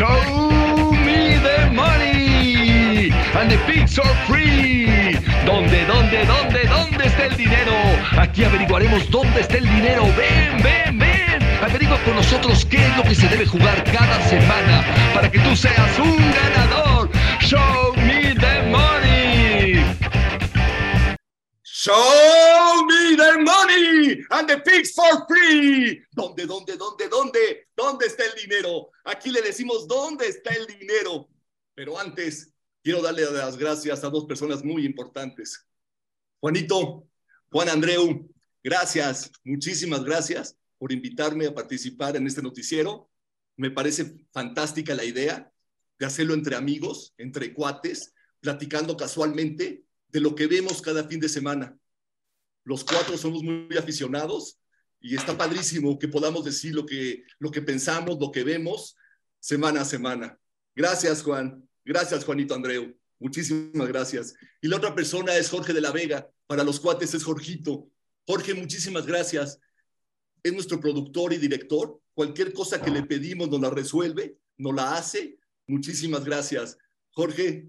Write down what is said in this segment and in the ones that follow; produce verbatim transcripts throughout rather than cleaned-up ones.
Show me the money and the pigs are free. ¿Dónde, dónde, dónde, dónde está el dinero? Aquí averiguaremos dónde está el dinero. Ven, ven, ven. Averigua con nosotros qué es lo que se debe jugar cada semana para que tú seas un ganador. Show me the money. Show me the money and the pigs for free. ¿Dónde, dónde, dónde, dónde? ¿Dónde está el dinero? Aquí le decimos dónde está el dinero. Pero antes, quiero darle las gracias a dos personas muy importantes. Juanito, Juan Andreu, gracias, muchísimas gracias por invitarme a participar en este noticiero. Me parece fantástica la idea de hacerlo entre amigos, entre cuates, platicando casualmente de lo que vemos cada fin de semana. Los cuatro somos muy aficionados y está padrísimo que podamos decir lo que, lo que pensamos, lo que vemos semana a semana. Gracias, Juan. Gracias, Juanito Andreu. Muchísimas gracias. Y la otra persona es Jorge de la Vega. Para los cuates es Jorgito. Jorge, muchísimas gracias. Es nuestro productor y director. Cualquier cosa que le pedimos nos la resuelve, nos la hace. Muchísimas gracias. Jorge,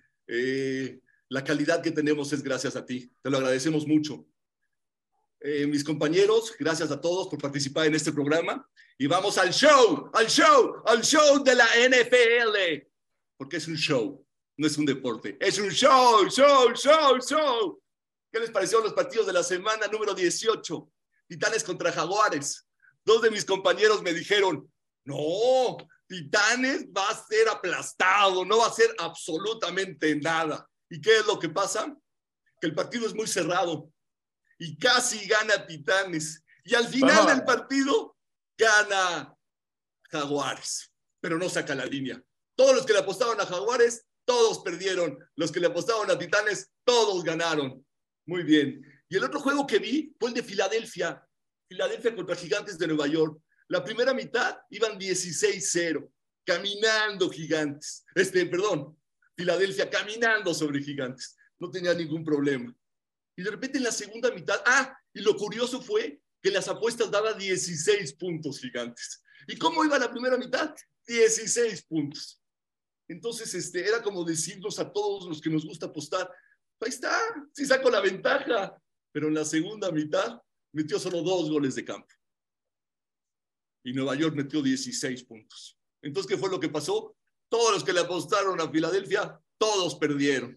eh, la calidad que tenemos es gracias a ti. Te lo agradecemos mucho. Eh, mis compañeros, gracias a todos por participar en este programa. Y vamos al show, al show, al show de la N F L. Porque es un show, no es un deporte. Es un show, show, show, show. ¿Qué les pareció los partidos de la semana número dieciocho? Titanes contra Jaguares. Dos de mis compañeros me dijeron, no, Titanes va a ser aplastado, no va a ser absolutamente nada. ¿Y qué es lo que pasa? Que el partido es muy cerrado y casi gana Titanes. Y al final Ajá. del partido gana Jaguares, pero no saca la línea. Todos los que le apostaban a Jaguares, todos perdieron. Los que le apostaban a Titanes, todos ganaron. Muy bien. Y el otro juego que vi fue el de Filadelfia. Filadelfia contra Gigantes de Nueva York. La primera mitad iban dieciséis cero. Caminando Gigantes. Este, perdón. Filadelfia caminando sobre Gigantes. No tenía ningún problema. Y de repente en la segunda mitad, ah, y lo curioso fue que las apuestas daban dieciséis puntos Gigantes. ¿Y cómo iba la primera mitad? dieciséis puntos. Entonces, este, era como decirnos a todos los que nos gusta apostar, ahí está, sí saco la ventaja. Pero en la segunda mitad metió solo dos goles de campo. Y Nueva York metió dieciséis puntos. Entonces, ¿qué fue lo que pasó? Todos los que le apostaron a Filadelfia, todos perdieron.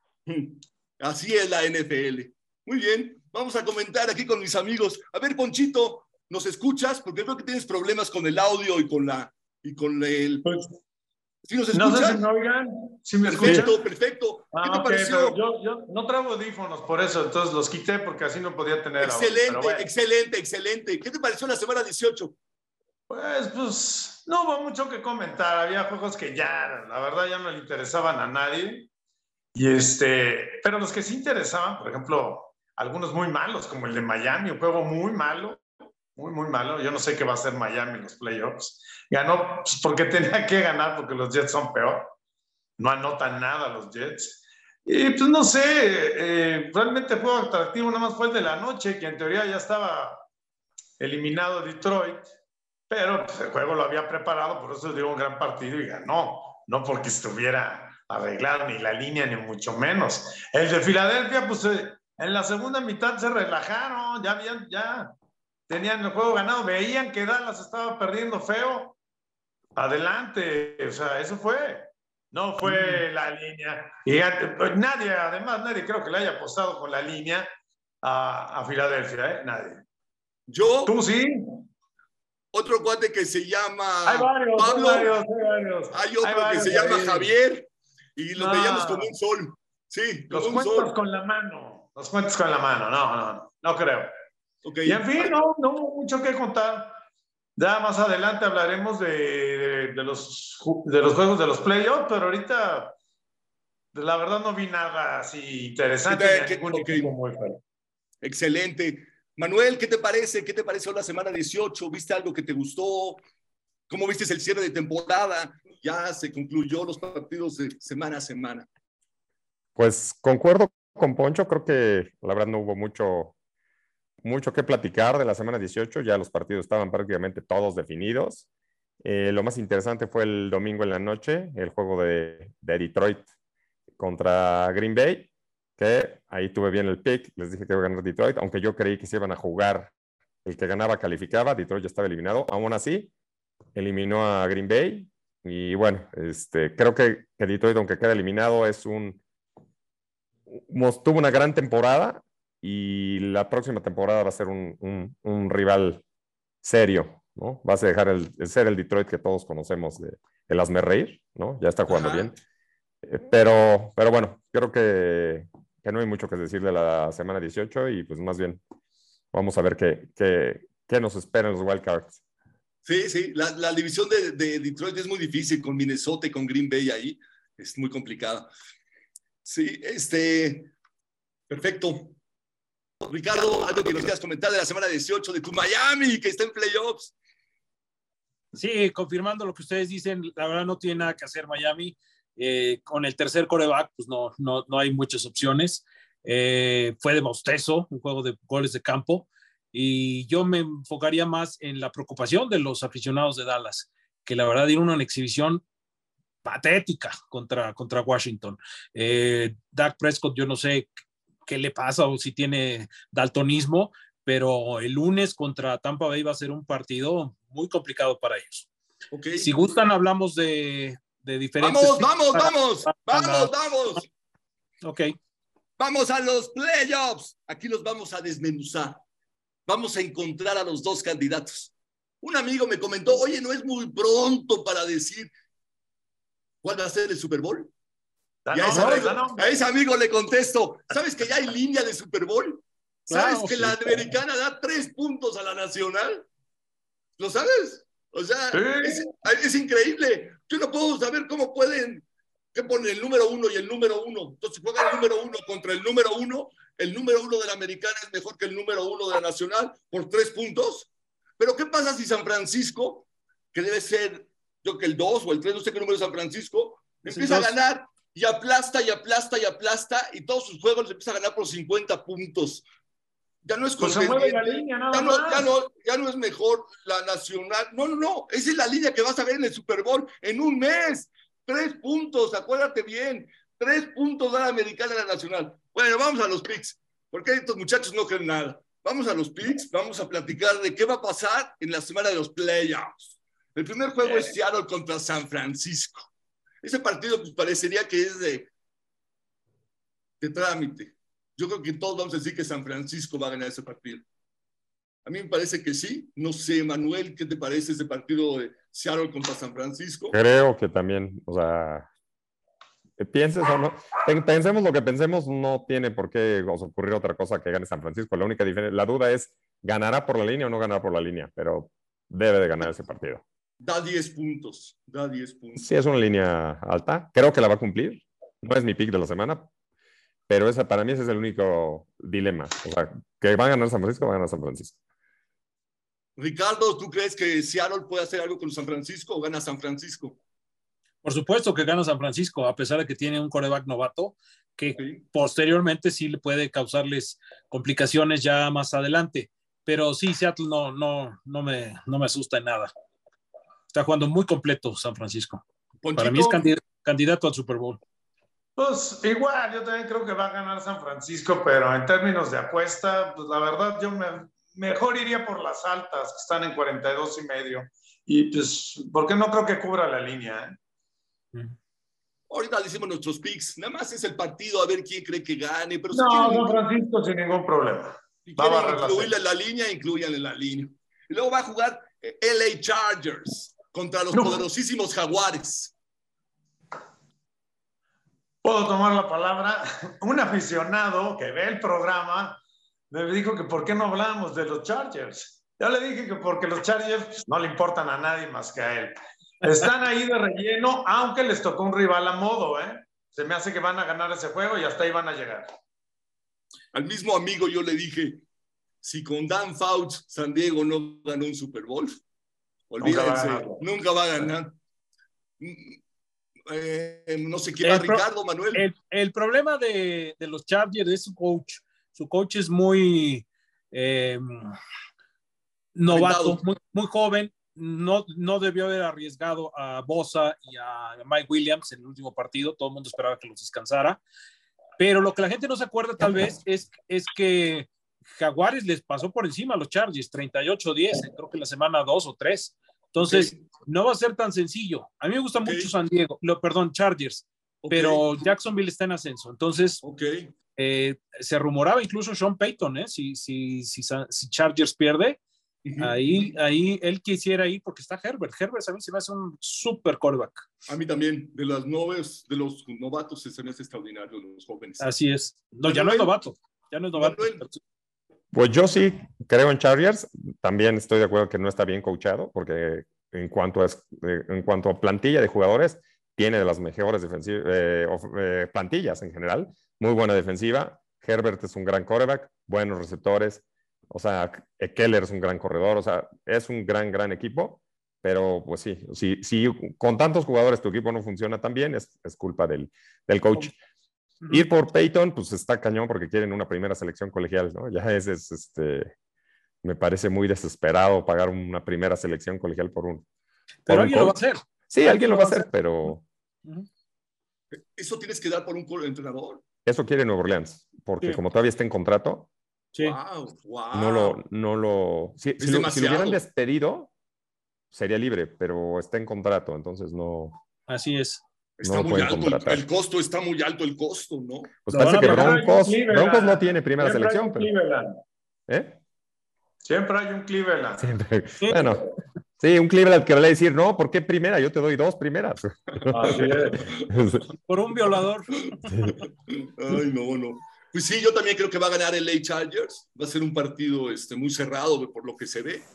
Así es la N F L. Muy bien, vamos a comentar aquí con mis amigos. A ver, Ponchito, ¿nos escuchas? Porque creo que tienes problemas con el audio y con la y con el... Pues, ¿sí nos escuchas? no sé si me oigan. ¿Sí me perfecto, escuchan? perfecto. Ah, ¿Qué te okay, pareció? yo, yo no traigo audífonos por eso, entonces los quité porque así no podía tener excelente, audio, bueno. excelente, excelente. ¿Qué te pareció la semana dieciocho? Pues, pues, no hubo mucho que comentar. Había juegos que ya, la verdad, ya no le interesaban a nadie. Y este, pero los que sí interesaban, por ejemplo, algunos muy malos, como el de Miami, un juego muy malo, muy, muy malo. Yo no sé qué va a hacer Miami en los playoffs. Ganó pues, porque tenía que ganar, porque los Jets son peor. No anotan nada los Jets. Y pues no sé, eh, realmente el juego atractivo nada más fue el de la noche, que en teoría ya estaba eliminado Detroit. Pero pues, el juego lo había preparado, por eso dio un gran partido y ganó. No porque estuviera arreglado ni la línea, ni mucho menos. El de Filadelfia, pues eh, en la segunda mitad se relajaron, ya, habían, ya tenían el juego ganado, veían que Dallas estaba perdiendo feo. Adelante, o sea, eso fue. No fue mm. la línea. Y pues, nadie, además, nadie creo que le haya apostado con la línea a, a Filadelfia, ¿eh? Nadie. Yo. ¿Tú sí? Otro cuate que se llama hay varios, Pablo. Hay varios, hay varios. Hay otro hay varios, que se llama ahí. Javier. Y los no. veíamos como un sol. Sí, como los un cuentas sol. con la mano. Los cuentas con la mano. No, no, no. No creo. Okay. Y en fin, no, no hubo mucho que contar. Ya más adelante hablaremos de, de, de, los, de los juegos de los playoffs, pero ahorita la verdad no vi nada así interesante. ¿Qué, qué, okay. muy Excelente. Manuel, ¿qué te parece? ¿Qué te pareció la semana dieciocho? ¿Viste algo que te gustó? ¿Cómo viste el cierre de temporada? Ya se concluyó los partidos de semana a semana. Pues concuerdo con Poncho, creo que la verdad no hubo mucho, mucho que platicar de la semana dieciocho, ya los partidos estaban prácticamente todos definidos Eh, lo más interesante fue el domingo en la noche, el juego de, de Detroit contra Green Bay, que ahí tuve bien el pick, les dije que iba a ganar Detroit, aunque yo creí que se iban a jugar, el que ganaba calificaba, Detroit ya estaba eliminado, aún así eliminó a Green Bay, y bueno, este, creo que, que Detroit, aunque queda eliminado, es un, tuvo una gran temporada, y la próxima temporada va a ser un, un, un rival serio, ¿no? Vas a dejar el, el ser el Detroit que todos conocemos de el hazme reír, ¿no? Ya está jugando Ajá. bien. Eh, pero, pero bueno, creo que, que no hay mucho que decir de la semana dieciocho y pues más bien vamos a ver qué, qué, qué nos espera en los wildcards. Sí, sí, la, la división de, de Detroit es muy difícil con Minnesota y con Green Bay ahí. Es muy complicada. Sí, este, perfecto. Ricardo, algo que nos quieras comentar de la semana dieciocho de tu Miami, que está en playoffs. Sí, confirmando lo que ustedes dicen, la verdad no tiene nada que hacer Miami. Eh, con el tercer quarterback, pues no, no, no hay muchas opciones. Eh, fue de bostezo, un juego de goles de campo. Y yo me enfocaría más en la preocupación de los aficionados de Dallas, que la verdad dieron una exhibición patética contra, contra Washington. Eh, Dak Prescott, yo no sé qué le pasa o si tiene daltonismo, pero el lunes contra Tampa Bay va a ser un partido muy complicado para ellos. Okay. Si gustan, hablamos de, de diferentes... Vamos, vamos, para, vamos, para vamos, la... vamos. Ok. Vamos a los playoffs. Aquí los vamos a desmenuzar. Vamos a encontrar a los dos candidatos. Un amigo me comentó, oye, ¿no es muy pronto para decir cuál va a ser el Super Bowl? Y a ese, amigo, a ese amigo le contesto, ¿sabes que ya hay línea de Super Bowl? ¿Sabes claro, que sí, la americana da tres puntos a la nacional? ¿Lo sabes? O sea, sí. es, es increíble. Yo no puedo saber cómo pueden, qué ponen el número uno y el número uno. Entonces juega el número uno contra el número uno. El número uno de la americana es mejor que el número uno de la nacional por tres puntos. Pero ¿qué pasa si San Francisco, que debe ser, yo que el dos o el tres, no sé qué número es San Francisco, es empieza a ganar y aplasta y aplasta y aplasta y todos sus juegos los empieza a ganar por cincuenta puntos? Ya no es pues se mueve la línea, nada ya, no, más. Ya, no, ya no es mejor la nacional. No, no, no. Esa es la línea que vas a ver en el Super Bowl en un mes. Tres puntos, acuérdate bien. Tres puntos de la americana y la nacional. Bueno, vamos a los picks, porque estos muchachos no creen nada. Vamos a los picks, vamos a platicar de qué va a pasar en la semana de los playoffs. El primer juego yeah. es Seattle contra San Francisco. Ese partido pues, parecería que es de, de trámite. Yo creo que todos vamos a decir que San Francisco va a ganar ese partido. A mí me parece que sí. No sé, Manuel, ¿qué te parece ese partido de Seattle contra San Francisco? Creo que también, o sea, pienses o no, pensemos lo que pensemos, no tiene por qué ocurrir otra cosa que gane San Francisco. La única diferencia, la duda es, ¿ganará por la línea o no ganará por la línea? Pero debe de ganar ese partido. Da diez puntos, da diez puntos. Sí, es una línea alta. Creo que la va a cumplir. No es mi pick de la semana, pero esa, para mí ese es el único dilema. O sea, que va a ganar San Francisco, va a ganar San Francisco. Ricardo, ¿tú crees que Seattle puede hacer algo con San Francisco o gana San Francisco? Por supuesto que gana San Francisco, a pesar de que tiene un quarterback novato que sí. posteriormente sí le puede causarles complicaciones ya más adelante. Pero sí, Seattle no, no, no, me, no me asusta en nada. Está jugando muy completo San Francisco. Ponchito. Para mí es candidato, candidato al Super Bowl. Pues igual, yo también creo que va a ganar San Francisco, pero en términos de apuesta, pues la verdad yo me, mejor iría por las altas, que están en cuarenta y dos y medio. Y pues, porque no creo que cubra la línea, ¿eh? Mm. Ahorita le hicimos nuestros picks, nada más es el partido a ver quién cree que gane. Pero no, si quieren, San Francisco sin ningún problema. Si quieren incluirle la línea, incluyanle la línea. Y luego va a jugar L A Chargers contra los no. poderosísimos Jaguares. ¿Puedo tomar la palabra? Un aficionado que ve el programa me dijo que por qué no hablamos de los Chargers. Ya le dije que porque los Chargers no le importan a nadie más que a él. Están ahí de relleno, aunque les tocó un rival a modo, ¿eh? Se me hace que van a ganar ese juego y hasta ahí van a llegar. Al mismo amigo yo le dije, si con Dan Fouts San Diego no ganó un Super Bowl, olvídense, nunca, nunca va a ganar. Eh, no sé quién va, Ricardo, Manuel. El, el problema de, de los Chargers es su coach. Su coach es muy eh, novato, muy, muy joven. no, no debió haber arriesgado a Bosa y a Mike Williams en el último partido. Todo el mundo esperaba que los descansara. Pero lo que la gente no se acuerda tal vez es, es que Jaguares les pasó por encima a los Chargers, treinta y ocho a diez, creo que la semana dos o tres. Entonces, okay, no va a ser tan sencillo. A mí me gusta okay. mucho San Diego, lo, perdón, Chargers, okay, pero Jacksonville está en ascenso. Entonces, okay. eh, se rumoraba incluso Sean Payton, ¿eh? si, si, si, si Chargers pierde, uh-huh. ahí, ahí él quisiera ir porque está Herbert. Herbert a mí se me hace un súper quarterback. A mí también, de las noves, de los novatos se me hace extraordinario, los jóvenes. Así es. No, ya no es novato. Ya no es novato. Pues yo sí creo en Chargers. También estoy de acuerdo que no está bien coachado, porque en cuanto a, en cuanto a plantilla de jugadores, tiene de las mejores defensivas, eh, eh, plantillas en general. Muy buena defensiva. Herbert es un gran quarterback, buenos receptores. O sea, Keller es un gran corredor. O sea, es un gran, gran equipo. Pero pues sí, si, si con tantos jugadores tu equipo no funciona tan bien, es, es culpa del, del coach. Uh-huh. Ir por Peyton, pues está cañón porque quieren una primera selección colegial, ¿no? Ya es, es este, me parece muy desesperado pagar una primera selección colegial por un. Pero por alguien un lo va a hacer. Sí, alguien, alguien lo va a hacer, hacer pero. Uh-huh. ¿Eso tienes que dar por un entrenador? Eso quiere Nueva Orleans, porque sí. como todavía está en contrato, sí. wow, wow. no lo. No lo si, si, lo, si lo hubieran despedido, sería libre, pero está en contrato, entonces no. Así es. Está no muy alto, el, el costo está muy alto, el costo, ¿no? Pues no, parece que Broncos, Broncos no tiene primera Siempre selección. Pero... ¿Eh? Siempre hay un Cleveland. Siempre. Sí. Bueno, sí, un Cleveland que va a decir, no, ¿por qué primera? Yo te doy dos primeras. Así es. Por un violador. Ay, no, no. Pues sí, yo también creo que va a ganar el L A Chargers. Va a ser un partido este, muy cerrado por lo que se ve.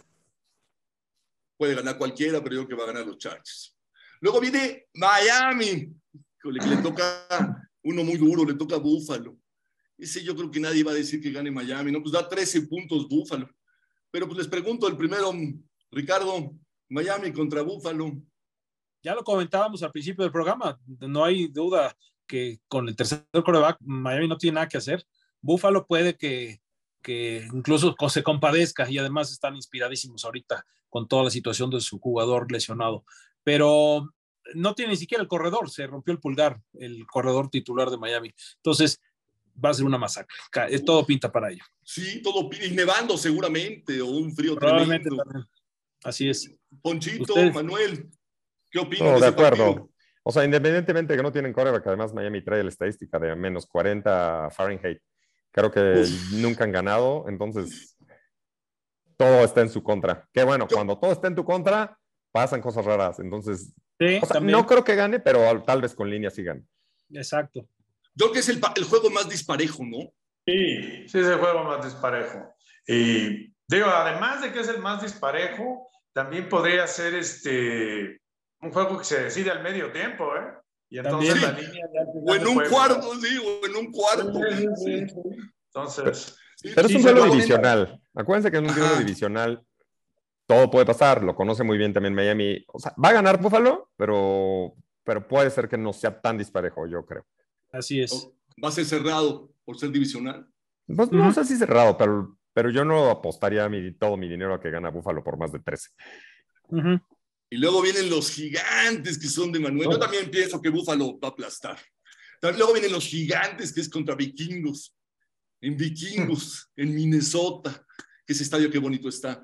Puede ganar cualquiera, pero yo creo que va a ganar los Chargers. Luego viene Miami, que le toca uno muy duro, le toca Buffalo. Ese yo creo que nadie va a decir que gane Miami, ¿no? Pues da trece puntos Buffalo. Pero pues les pregunto el primero, Ricardo, Miami contra Buffalo. Ya lo comentábamos al principio del programa, no hay duda que con el tercer quarterback Miami no tiene nada que hacer. Buffalo puede que, que incluso se compadezca y además están inspiradísimos ahorita con toda la situación de su jugador lesionado. Pero no tiene ni siquiera el corredor, se rompió el pulgar, el corredor titular de Miami. Entonces, va a ser una masacre. Todo pinta para ello. Sí, todo pinta, y nevando seguramente, o un frío tremendo. También. Así es. Ponchito, ¿Usted? Manuel, ¿qué opinas no, de, de ese acuerdo. partido? O sea, independientemente de que no tienen quarterback, además Miami trae la estadística de menos cuarenta Fahrenheit. Creo que Uf. nunca han ganado, entonces todo está en su contra. Que bueno, Yo... cuando todo está en tu contra, pasan cosas raras. Entonces, sí, o sea, no creo que gane, pero tal vez con línea sí gane. Exacto. Yo creo que es el, el juego más disparejo, ¿no? Sí, sí es el juego más disparejo. Y digo, además de que es el más disparejo, también podría ser este un juego que se decide al medio tiempo, ¿eh? Y entonces sí. la línea ya o en un juego. cuarto, sí, o en un cuarto. Sí, sí, sí. Entonces. Pero, pero sí, es un duelo divisional. Acuérdense que es un duelo divisional. Todo puede pasar, lo conoce muy bien también Miami. O sea, va a ganar Buffalo, pero, pero puede ser que no sea tan disparejo, yo creo. Así es. Va a ser cerrado por ser divisional. Pues no uh-huh. sé si cerrado, pero, pero yo no apostaría mi, todo mi dinero a que gana Buffalo por más de trece. Uh-huh. Y luego vienen los gigantes que son de Manuel. Oh. Yo también pienso que Buffalo va a aplastar. Luego vienen los gigantes que es contra vikingos. En vikingos, en Minnesota. Que ese estadio qué bonito está.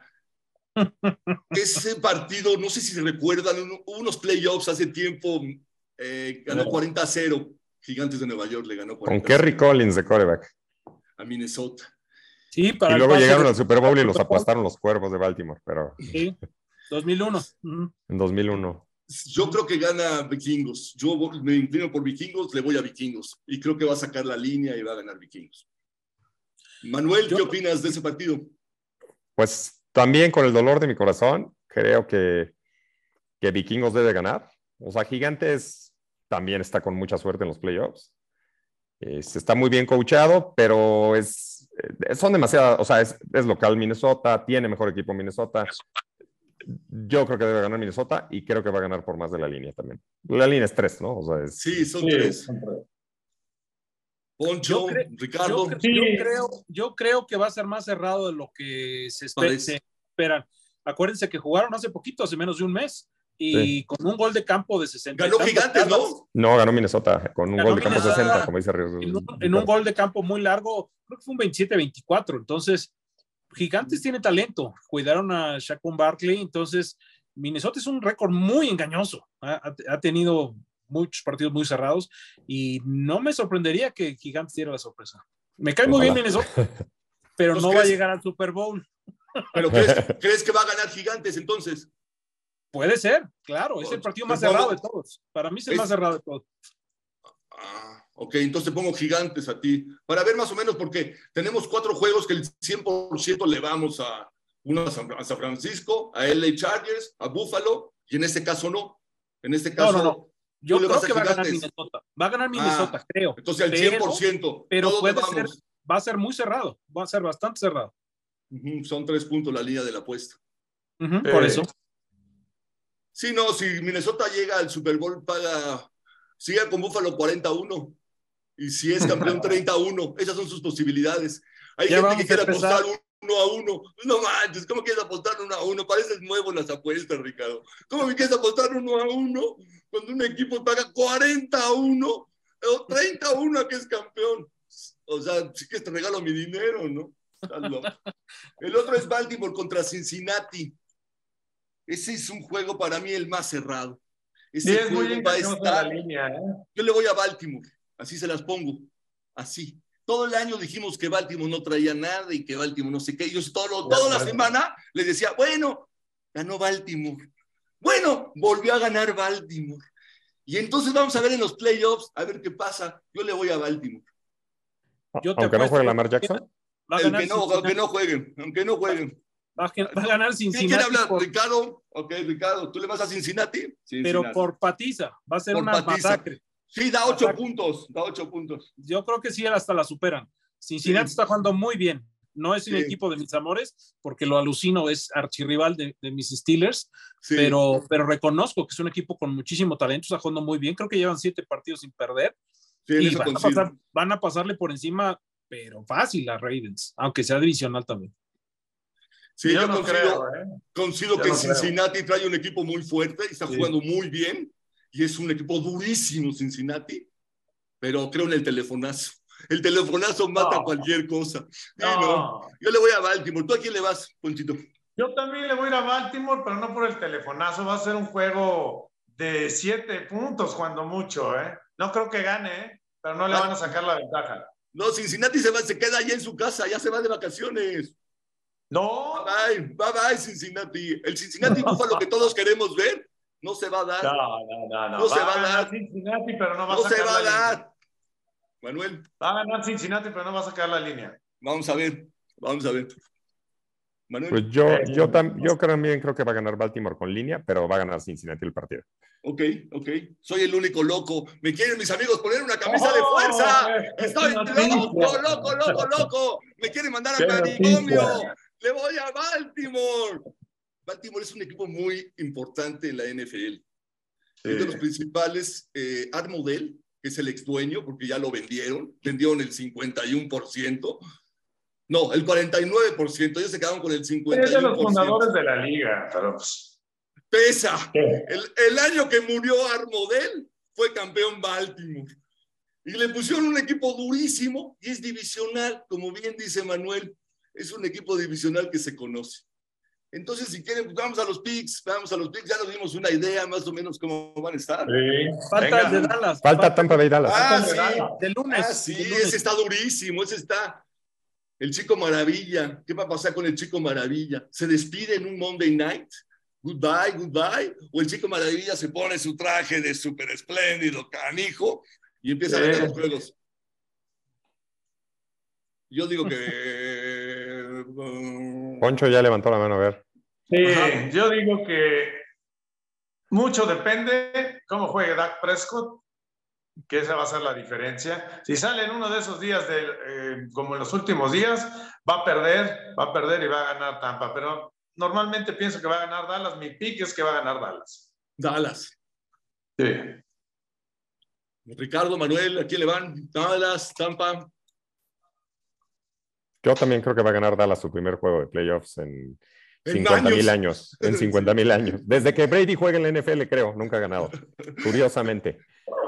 Ese partido, no sé si se recuerdan, unos playoffs hace tiempo, eh, ganó cuarenta a cero. Gigantes de Nueva York le ganó cuarenta a cero. Con Kerry Collins de quarterback. A Minnesota. Sí, para y luego llegaron de... al Super Bowl y los aplastaron los Cuervos de Baltimore. Pero... Sí, dos mil uno. Uh-huh. En dos mil uno. Yo creo que gana Vikingos. Yo me inclino por Vikingos, le voy a Vikingos. Y creo que va a sacar la línea y va a ganar Vikingos. Manuel, Yo... ¿qué opinas de ese partido? Pues también con el dolor de mi corazón, creo que, que Vikingos debe ganar. O sea, Gigantes también está con mucha suerte en los playoffs. Es, está muy bien coachado, pero es, son demasiadas, o sea, es, es local Minnesota, tiene mejor equipo Minnesota. Yo creo que debe ganar Minnesota y creo que va a ganar por más de la línea también. La línea es tres, ¿no? O sea, es... Sí, son sí, tres. Son tres. Poncho, yo cre- Ricardo. Yo, cre- yo, creo, yo creo que va a ser más cerrado de lo que se, esper- se esperan. Acuérdense que jugaron hace poquito, hace menos de un mes, y sí. con un gol de campo de sesenta. Ganó Gigantes, ¿no? No, ganó Minnesota, con un ganó gol de campo Minnesota, sesenta, como dice Ríos. En, un, en un gol de campo muy largo, creo que fue un veintisiete veinticuatro. Entonces, Gigantes tiene talento. Cuidaron a Saquon Barkley. Entonces, Minnesota es un récord muy engañoso. Ha, ha tenido muchos partidos muy cerrados y no me sorprendería que Gigantes diera la sorpresa. Me cae Ojalá. muy bien Minnesota, pero no crees, va a llegar al Super Bowl. ¿Pero crees, crees que va a ganar Gigantes entonces? Puede ser, claro. Es el partido más cerrado de todos. Para mí es el es... más cerrado de todos. Ah, ok, entonces pongo Gigantes a ti. Para ver más o menos, porque tenemos cuatro juegos que el cien por ciento le vamos a uno a San, a San Francisco, a L A Chargers, a Buffalo, y en este caso no. En este caso... No, no, no. Yo creo que va a ganar Minnesota. Va a ganar Minnesota, ah, creo. Entonces al cien por ciento. Pero, pero puede ser, va a ser muy cerrado. Va a ser bastante cerrado. Uh-huh, son tres puntos la línea de la apuesta. Uh-huh, eh, por eso. Sí, no, si Minnesota llega al Super Bowl, paga, sigue con Buffalo cuarenta a uno. Y si es campeón treinta a uno, esas son sus posibilidades. Hay ya gente que quiere apostar uno a uno. No manches, ¿cómo quieres apostar uno a uno? Pareces nuevo en las apuestas, Ricardo. ¿Cómo me quieres apostar uno a uno cuando un equipo paga cuarenta a uno o treinta a uno a que es campeón? O sea, sí que te regalo mi dinero, ¿no? El otro es Baltimore contra Cincinnati. Ese es un juego para mí el más cerrado. Ese sí, es juego muy va a estar... la línea, ¿eh? Yo le voy a Baltimore, así se las pongo, así. Todo el año dijimos que Baltimore no traía nada y que Baltimore no sé qué. Yo todo, toda la semana les decía, bueno, ganó Baltimore. Bueno, volvió a ganar Baltimore. Y entonces vamos a ver en los playoffs, a ver qué pasa. Yo le voy a Baltimore. Yo te aunque no juegue Lamar Jackson. Va a ganar el que no, aunque no jueguen, aunque no jueguen. Va a ganar Cincinnati. ¿Quién quiere hablar? Por... Ricardo. Ok, Ricardo, ¿tú le vas a Cincinnati? Cincinnati. Pero por patiza, va a ser por una patiza. masacre. Sí, da ocho masacre. puntos, da ocho puntos. Yo creo que sí, hasta la superan. Cincinnati sí. está jugando muy bien. No es el sí. equipo de mis amores, porque lo alucino, es archirrival de, de mis Steelers, sí. pero, pero reconozco que es un equipo con muchísimo talento, está jugando muy bien. Creo que llevan siete partidos sin perder. Sí, y van a, pasar, van a pasarle por encima, pero fácil a Ravens, aunque sea divisional también. Sí, yo, yo no consigo, creo, ¿eh? consigo yo que no Cincinnati creo. trae un equipo muy fuerte y está sí. jugando muy bien. Y es un equipo durísimo Cincinnati, pero creo en el telefonazo. El telefonazo mata no. cualquier cosa. Sí, no. no. Yo le voy a Baltimore. ¿Tú a quién le vas, Ponchito? Yo también le voy a ir a Baltimore, pero no por el telefonazo. Va a ser un juego de siete puntos, cuando mucho, ¿eh? No creo que gane, ¿eh? Pero no le van a sacar la ventaja. No, Cincinnati se, va, se queda allá en su casa, ya se va de vacaciones. No. Bye, bye, bye, bye Cincinnati. El Cincinnati Buffalo que todos queremos ver, no se va a dar. No, no, no. No, no se va a dar. Cincinnati, pero no va no a sacar se va a dar. Línea. Manuel. Va a ganar Cincinnati, pero no va a sacar la línea. Vamos a ver, vamos a ver. Manuel. Pues yo, yo, tam, yo también creo que va a ganar Baltimore con línea, pero va a ganar Cincinnati el partido. Ok, ok. Soy el único loco. Me quieren mis amigos poner una camisa oh, de fuerza. Estoy loco, loco, loco, loco. Me quieren mandar a manicomio. Le voy a Baltimore. Baltimore es un equipo muy importante en la N F L. Sí. Es de los principales. Eh, Art Modell, que es el ex dueño, porque ya lo vendieron. Vendieron el cincuenta y uno por ciento. No, el cuarenta y nueve por ciento. Ellos se quedaron con el cincuenta y uno por ciento. Es de los fundadores de la liga, pero... Pesa. El, el año que murió Art Modell fue campeón Baltimore. Y le pusieron un equipo durísimo y es divisional, como bien dice Manuel. Es un equipo divisional que se conoce. Entonces, si quieren, pues vamos a los picks, vamos a los picks. Ya nos dimos una idea más o menos cómo van a estar. Sí. Falta el de Dallas. Falta, falta Tampa Bay Dallas. Ah, de sí. Dallas. De lunes. Ah, sí, de lunes. Ese está durísimo, ese está. El Chico Maravilla. ¿Qué va a pasar con el Chico Maravilla? ¿Se despide en un Monday Night? Goodbye, goodbye. O el Chico Maravilla se pone su traje de súper espléndido, canijo, y empieza sí. a ganar los juegos. Yo digo que... Uh... Poncho ya levantó la mano, a ver. Sí, Ajá. yo digo que mucho depende cómo juegue Dak Prescott, que esa va a ser la diferencia. Si sale en uno de esos días, de, eh, como en los últimos días, va a perder, va a perder y va a ganar Tampa, pero... Normalmente pienso que va a ganar Dallas. Mi pick es que va a ganar Dallas. Dallas. Sí. Ricardo, Manuel, ¿a quién le van? Dallas, Tampa. Yo también creo que va a ganar Dallas su primer juego de playoffs en, cincuenta mil años. En cincuenta mil años. Desde que Brady juega en la N F L, creo, nunca ha ganado. Curiosamente.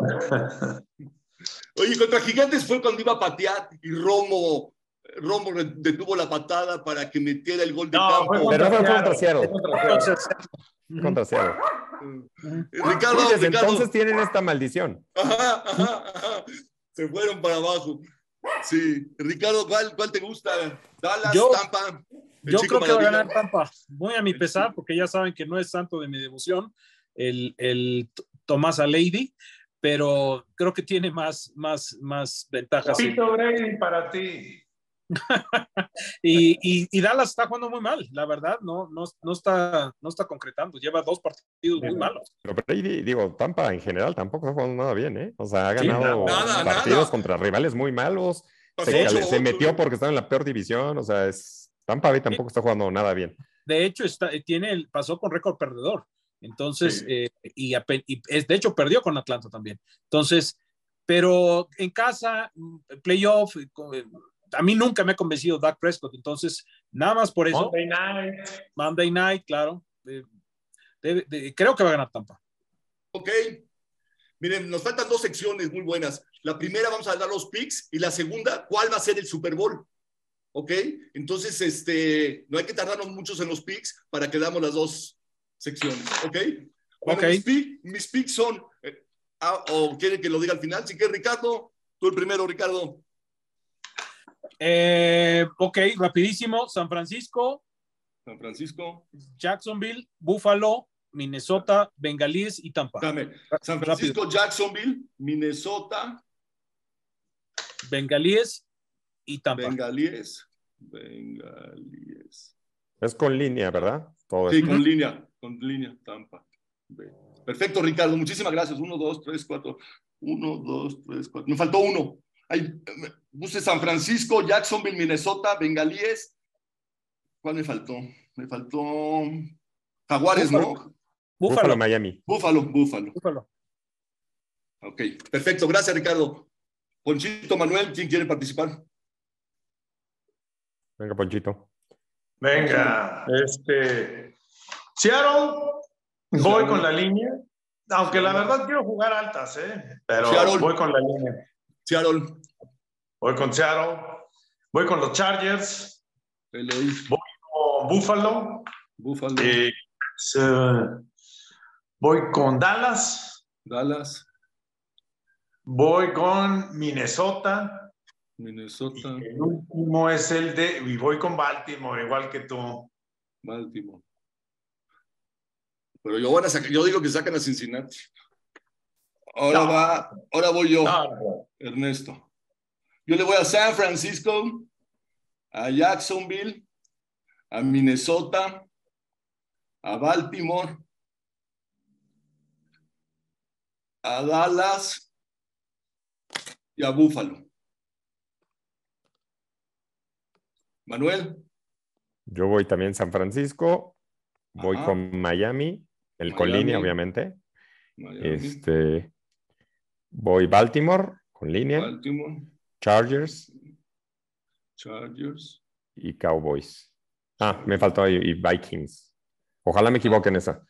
Oye, contra Gigantes fue cuando iba a patear y Romo, Romo detuvo la patada para que metiera el gol de No, campo. fue Pero no fue contra Seattle. Fue contra Seattle. Contra Seattle. Ricardo, Sí, desde Ricardo. entonces tienen esta maldición. Ajá, ajá, ajá. Se fueron para abajo. Sí. Ricardo, ¿cuál, cuál te gusta? Dallas, Yo- Tampa. El Yo Chico creo que va a Maravilla. ganar Tampa, muy a mi pesar, porque ya saben que no es santo de mi devoción, el, el T- Tomás Aleydi, pero creo que tiene más, más, más ventajas. Pito Brady para ti. Y, y, y Dallas está jugando muy mal, la verdad, no, no, no, está, no está concretando, lleva dos partidos muy malos. Pero Brady, digo, Tampa en general tampoco está jugando nada bien, ¿eh? O sea, ha Sí, ganado nada, partidos nada. contra rivales muy malos. Pasó Se, ocho, cal- se ocho. metió porque estaba en la peor división. O sea, es Tampa Bay tampoco está jugando nada bien. De hecho, está, tiene el, pasó con récord perdedor, entonces, Sí. eh, y, ape- y es- de hecho perdió con Atlanta también. Entonces, pero en casa, playoff, a mí nunca me ha convencido Dak Prescott, entonces, nada más por eso. Monday Night. Monday Night, claro. Eh, debe- de- creo que va a ganar Tampa. Ok. Miren, nos faltan dos secciones muy buenas. La primera vamos a dar los picks y la segunda, ¿cuál va a ser el Super Bowl? Ok. Entonces, este, no hay que tardarnos muchos en los picks para que damos las dos secciones. Ok. Bueno, Ok. Mis, pick- mis picks son, eh, ah, o quieren que lo diga al final. Si quieres, Ricardo, tú el primero, Ricardo. Eh, ok, rapidísimo. San Francisco, San Francisco. Jacksonville, Buffalo, Minnesota, Bengalíes y Tampa. Dame. San Francisco, Jacksonville, Minnesota, Bengalíes y Tampa. Bengalíes. Bengalíes. Es con línea, ¿verdad? Todo Sí, eso. con línea, con línea, Tampa. Perfecto, Ricardo, muchísimas gracias. Uno, dos, tres, cuatro. Uno, dos, tres, cuatro. Me faltó uno. Ahí, me puse San Francisco, Jacksonville, Minnesota, Bengalíes. ¿Cuál me faltó? Me faltó Jaguares, Búfalo. ¿no? Buffalo, Búfalo. Miami. Búfalo, Búfalo. Búfalo. Ok, perfecto. Gracias, Ricardo. Ponchito, Manuel, ¿quién quiere participar? Venga, Ponchito. Venga, este. Seattle, voy Seattle. con la línea. Aunque la verdad quiero jugar altas, ¿eh? Pero Seattle. voy con la línea. Seattle. Voy con Seattle. Voy con los Chargers. L A. Con Buffalo. Búfalo. Eh, se- voy con Dallas. Dallas. Voy con Minnesota. Minnesota. El último es el de. Y voy con Baltimore, igual que tú. Baltimore. Pero yo, van a sacar, yo digo que sacan a Cincinnati. Ahora No. va, ahora voy yo, No, no. Ernesto. Yo le voy a San Francisco, a Jacksonville, a Minnesota, a Baltimore, a Dallas y a Buffalo. Manuel. Yo voy también San Francisco. Voy Ajá. con Miami. El con Miami. línea, obviamente. Miami, Este, voy Baltimore con línea. Baltimore, Chargers Chargers. y Cowboys. Ah, me faltó ahí, y Vikings. Ojalá me equivoque en esa.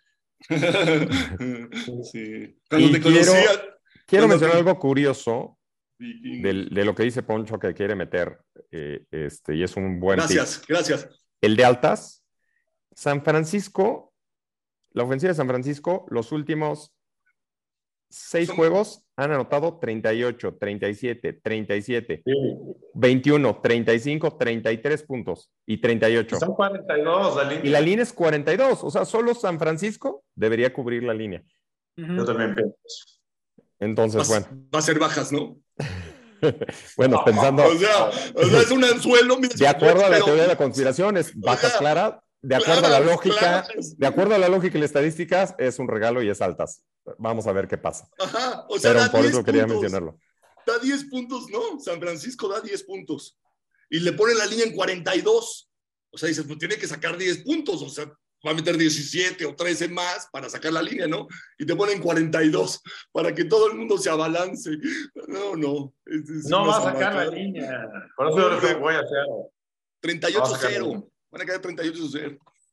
Sí. Cuando Y te quiero- conocía, Quiero Cuando mencionar te- algo curioso Vikings. del- de lo que dice Poncho que quiere meter. eh, este, y es un buen pick. Gracias, gracias. El de altas. San Francisco, la ofensiva de San Francisco, los últimos seis Son- juegos han anotado treinta y ocho, treinta y siete, treinta y siete, Sí. veintiuno, treinta y cinco, treinta y tres puntos y treinta y ocho. Son cuarenta y dos la línea. Y la línea es cuarenta y dos. O sea, solo San Francisco debería cubrir la línea. Yo también pienso. Entonces, Va, bueno, va a ser bajas, ¿no? bueno, pensando, O sea, o sea, es un anzuelo. mira, de acuerdo a la pero- teoría de la conspiración, es bajas sea, claras, de acuerdo a la claras, lógica, claras. de acuerdo a la lógica y las estadísticas, es un regalo y es altas. Vamos a ver qué pasa. Ajá, o sea, Pero da por diez eso quería puntos. mencionarlo. Da diez puntos, ¿no? San Francisco da diez puntos. Y le pone la línea en cuarenta y dos. O sea, dices, pues tiene que sacar diez puntos. O sea, va a meter diecisiete o trece más para sacar la línea, ¿no? Y te ponen cuarenta y dos para que todo el mundo se abalance. No, no. Es- es No una va a sacar la salvajada. línea. Por eso yo le voy a hacer. treinta y ocho Va a sacar la cero. línea. Van a quedar treinta y ocho cero.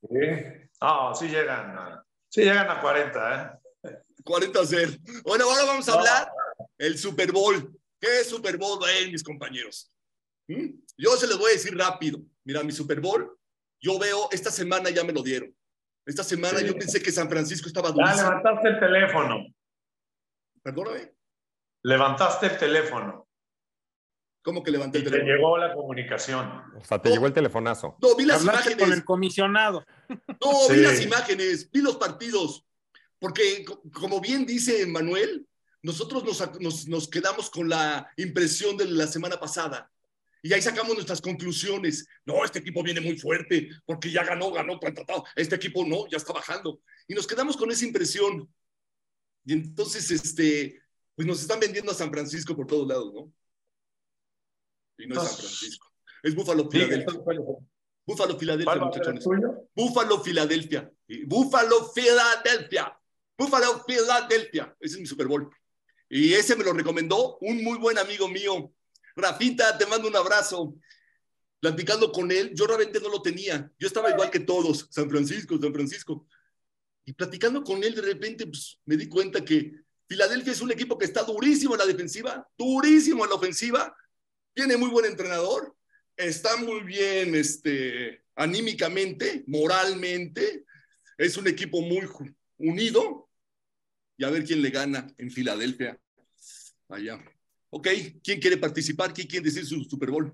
Sí. No, sí llegan. a- Sí llegan a cuarenta, ¿eh? cuarenta a cero. Bueno, ahora vamos a hablar el Super Bowl. ¿Qué Super Bowl va a ir, mis compañeros? ¿Mm? Yo se los voy a decir rápido. Mira, mi Super Bowl, yo veo, esta semana ya me lo dieron. Esta semana Sí. yo pensé que San Francisco estaba Ya durísimo. levantaste el teléfono. Perdóname. Levantaste el teléfono. ¿Cómo que levanté Y el te teléfono? llegó la comunicación. O sea, te No. llegó el telefonazo. No, vi las Hablaste con imágenes. el comisionado. No, vi Sí. las imágenes, vi los partidos. Porque, co- como bien dice Manuel, nosotros nos, ac- nos, nos quedamos con la impresión de la semana pasada. Y ahí sacamos nuestras conclusiones. No, este equipo viene muy fuerte porque ya ganó, ganó, tratado. Este equipo no, ya está bajando. Y nos quedamos con esa impresión. Y entonces, este, pues nos están vendiendo a San Francisco por todos lados, ¿no? Y no es San Francisco. Es Buffalo, Sí, Filadelfia. ¿cuál Buffalo, Filadelfia, va a ser el muchachones. tuyo? Buffalo, Filadelfia. Buffalo, Filadelfia. Buffalo, Filadelfia. Ese es mi Super Bowl. Y ese me lo recomendó un muy buen amigo mío. Rafita, te mando un abrazo. Platicando con él, yo realmente no lo tenía. Yo estaba igual que todos. San Francisco, San Francisco. Y platicando con él, de repente, pues, me di cuenta que Filadelfia es un equipo que está durísimo en la defensiva, durísimo en la ofensiva. Tiene muy buen entrenador. Está muy bien este, anímicamente, moralmente. Es un equipo muy unido. Y a ver quién le gana en Filadelfia. Allá. Ok, ¿quién quiere participar? ¿Quién quiere decir su Super Bowl?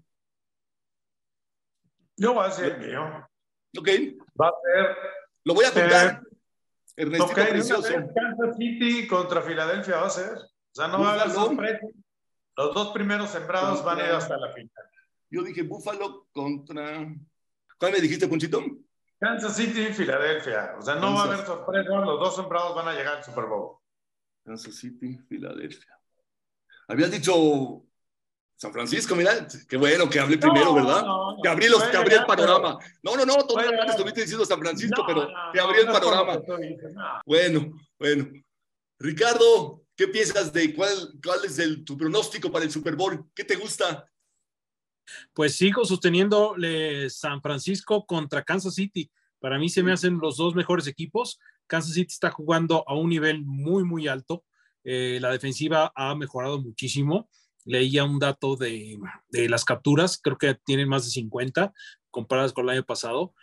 Yo voy a hacer el mío. Ok, Va a ser lo voy a apuntar. Eh, Ernestito ok, de una Precioso. vez, Kansas City contra Filadelfia va a ser. O sea, no va a haber Buffalo. sorpresa. Los dos primeros sembrados Contra- van a ir hasta la final. Yo dije Buffalo contra... ¿Cuál me dijiste, Ponchito? Kansas City y Filadelfia. O sea, no va a Kansas. haber sorpresa. Los dos sembrados van a llegar al Super Bowl. Kansas City, Filadelfia. Habías dicho San Francisco, mira, qué bueno que hablé primero, No, ¿verdad? no, no. Te abrí, los, Puede te abrí el llegar, panorama. No, no, no, toda la Puede tarde llegar. estuviste diciendo San Francisco, No, pero no, te no, abrí el no es por lo panorama. que tú dices, no. Bueno, bueno. Ricardo, ¿qué piensas de cuál, cuál es el, tu pronóstico para el Super Bowl? ¿Qué te gusta? Pues sigo sosteniendo eh, San Francisco contra Kansas City. Para mí se me hacen los dos mejores equipos. Kansas City está jugando a un nivel muy, muy alto. Eh, la defensiva ha mejorado muchísimo. Leía un dato de, de las capturas, creo que tienen más de cincuenta comparadas con el año pasado.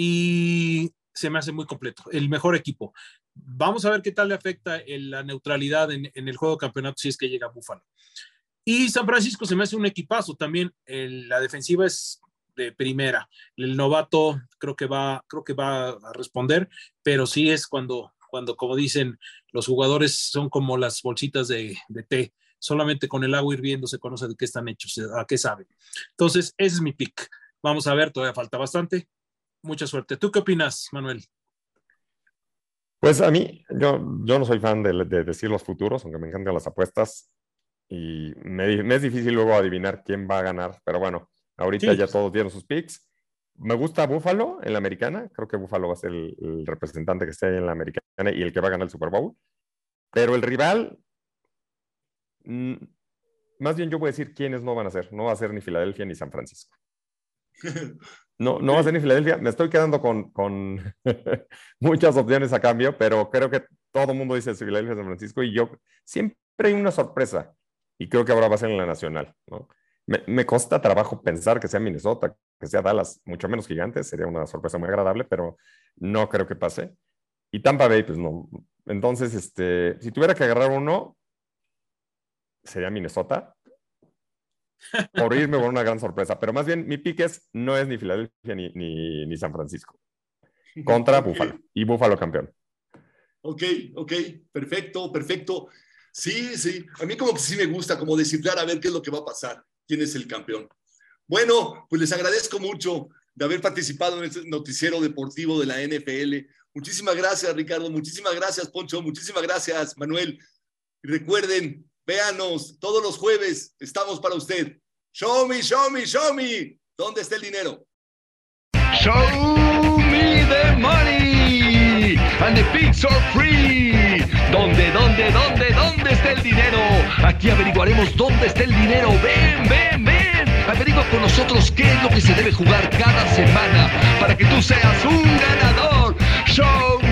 Y se me hace muy completo. El mejor equipo. Vamos a ver qué tal le afecta el, la neutralidad en, en el juego de campeonato si es que llega a Buffalo. Y San Francisco se me hace un equipazo también. El, la defensiva es de primera. El novato creo que va, creo que va a responder, pero sí es cuando, cuando como dicen, los jugadores son como las bolsitas de, de té. Solamente con el agua hirviendo se conoce de qué están hechos, a qué saben. Entonces, ese es mi pick. Vamos a ver, todavía falta bastante. Mucha suerte. ¿Tú qué opinas, Manuel? Pues a mí, yo, yo no soy fan de, de decir los futuros, aunque me encantan las apuestas. Y me, me es difícil luego adivinar quién va a ganar. Pero bueno, ahorita Sí. ya todos dieron sus picks. Me gusta Buffalo en la americana. Creo que Buffalo va a ser el, el representante que esté ahí en la americana y el que va a ganar el Super Bowl. Pero el rival, mm, más bien yo voy a decir quiénes no van a ser. No va a ser ni Filadelfia ni San Francisco. No, no va a ser ni Filadelfia. Me estoy quedando con, con muchas opciones a cambio, pero creo que todo el mundo dice Filadelfia, San Francisco, y yo siempre hay una sorpresa. Y creo que ahora va a ser en la nacional, ¿no? Me, me cuesta trabajo pensar que sea Minnesota, que sea Dallas, mucho menos Gigantes. Sería una sorpresa muy agradable, pero no creo que pase. Y Tampa Bay, pues no. Entonces, este, si tuviera que agarrar uno, sería Minnesota. Por irme por una gran sorpresa. Pero más bien, mi pick es, no es ni Filadelfia ni, ni, ni San Francisco. Contra Ok. Buffalo. Y Buffalo campeón. Ok, ok, perfecto, perfecto. Sí, sí, a mí como que sí me gusta como descifrar a ver qué es lo que va a pasar, quién es el campeón. Bueno, pues les agradezco mucho de haber participado en este noticiero deportivo de la N F L. Muchísimas gracias, Ricardo, muchísimas gracias, Poncho, muchísimas gracias, Manuel. Y recuerden, véanos, todos los jueves estamos para usted. Show me, show me, show me. ¿Dónde está el dinero? Show me the money and the pigs are free. ¿Dónde, dónde, dónde, dónde está el dinero? Aquí averiguaremos dónde está el dinero. Ven, ven, ven. Averigua Juega con nosotros qué es lo que se debe jugar cada semana para que tú seas un ganador. Show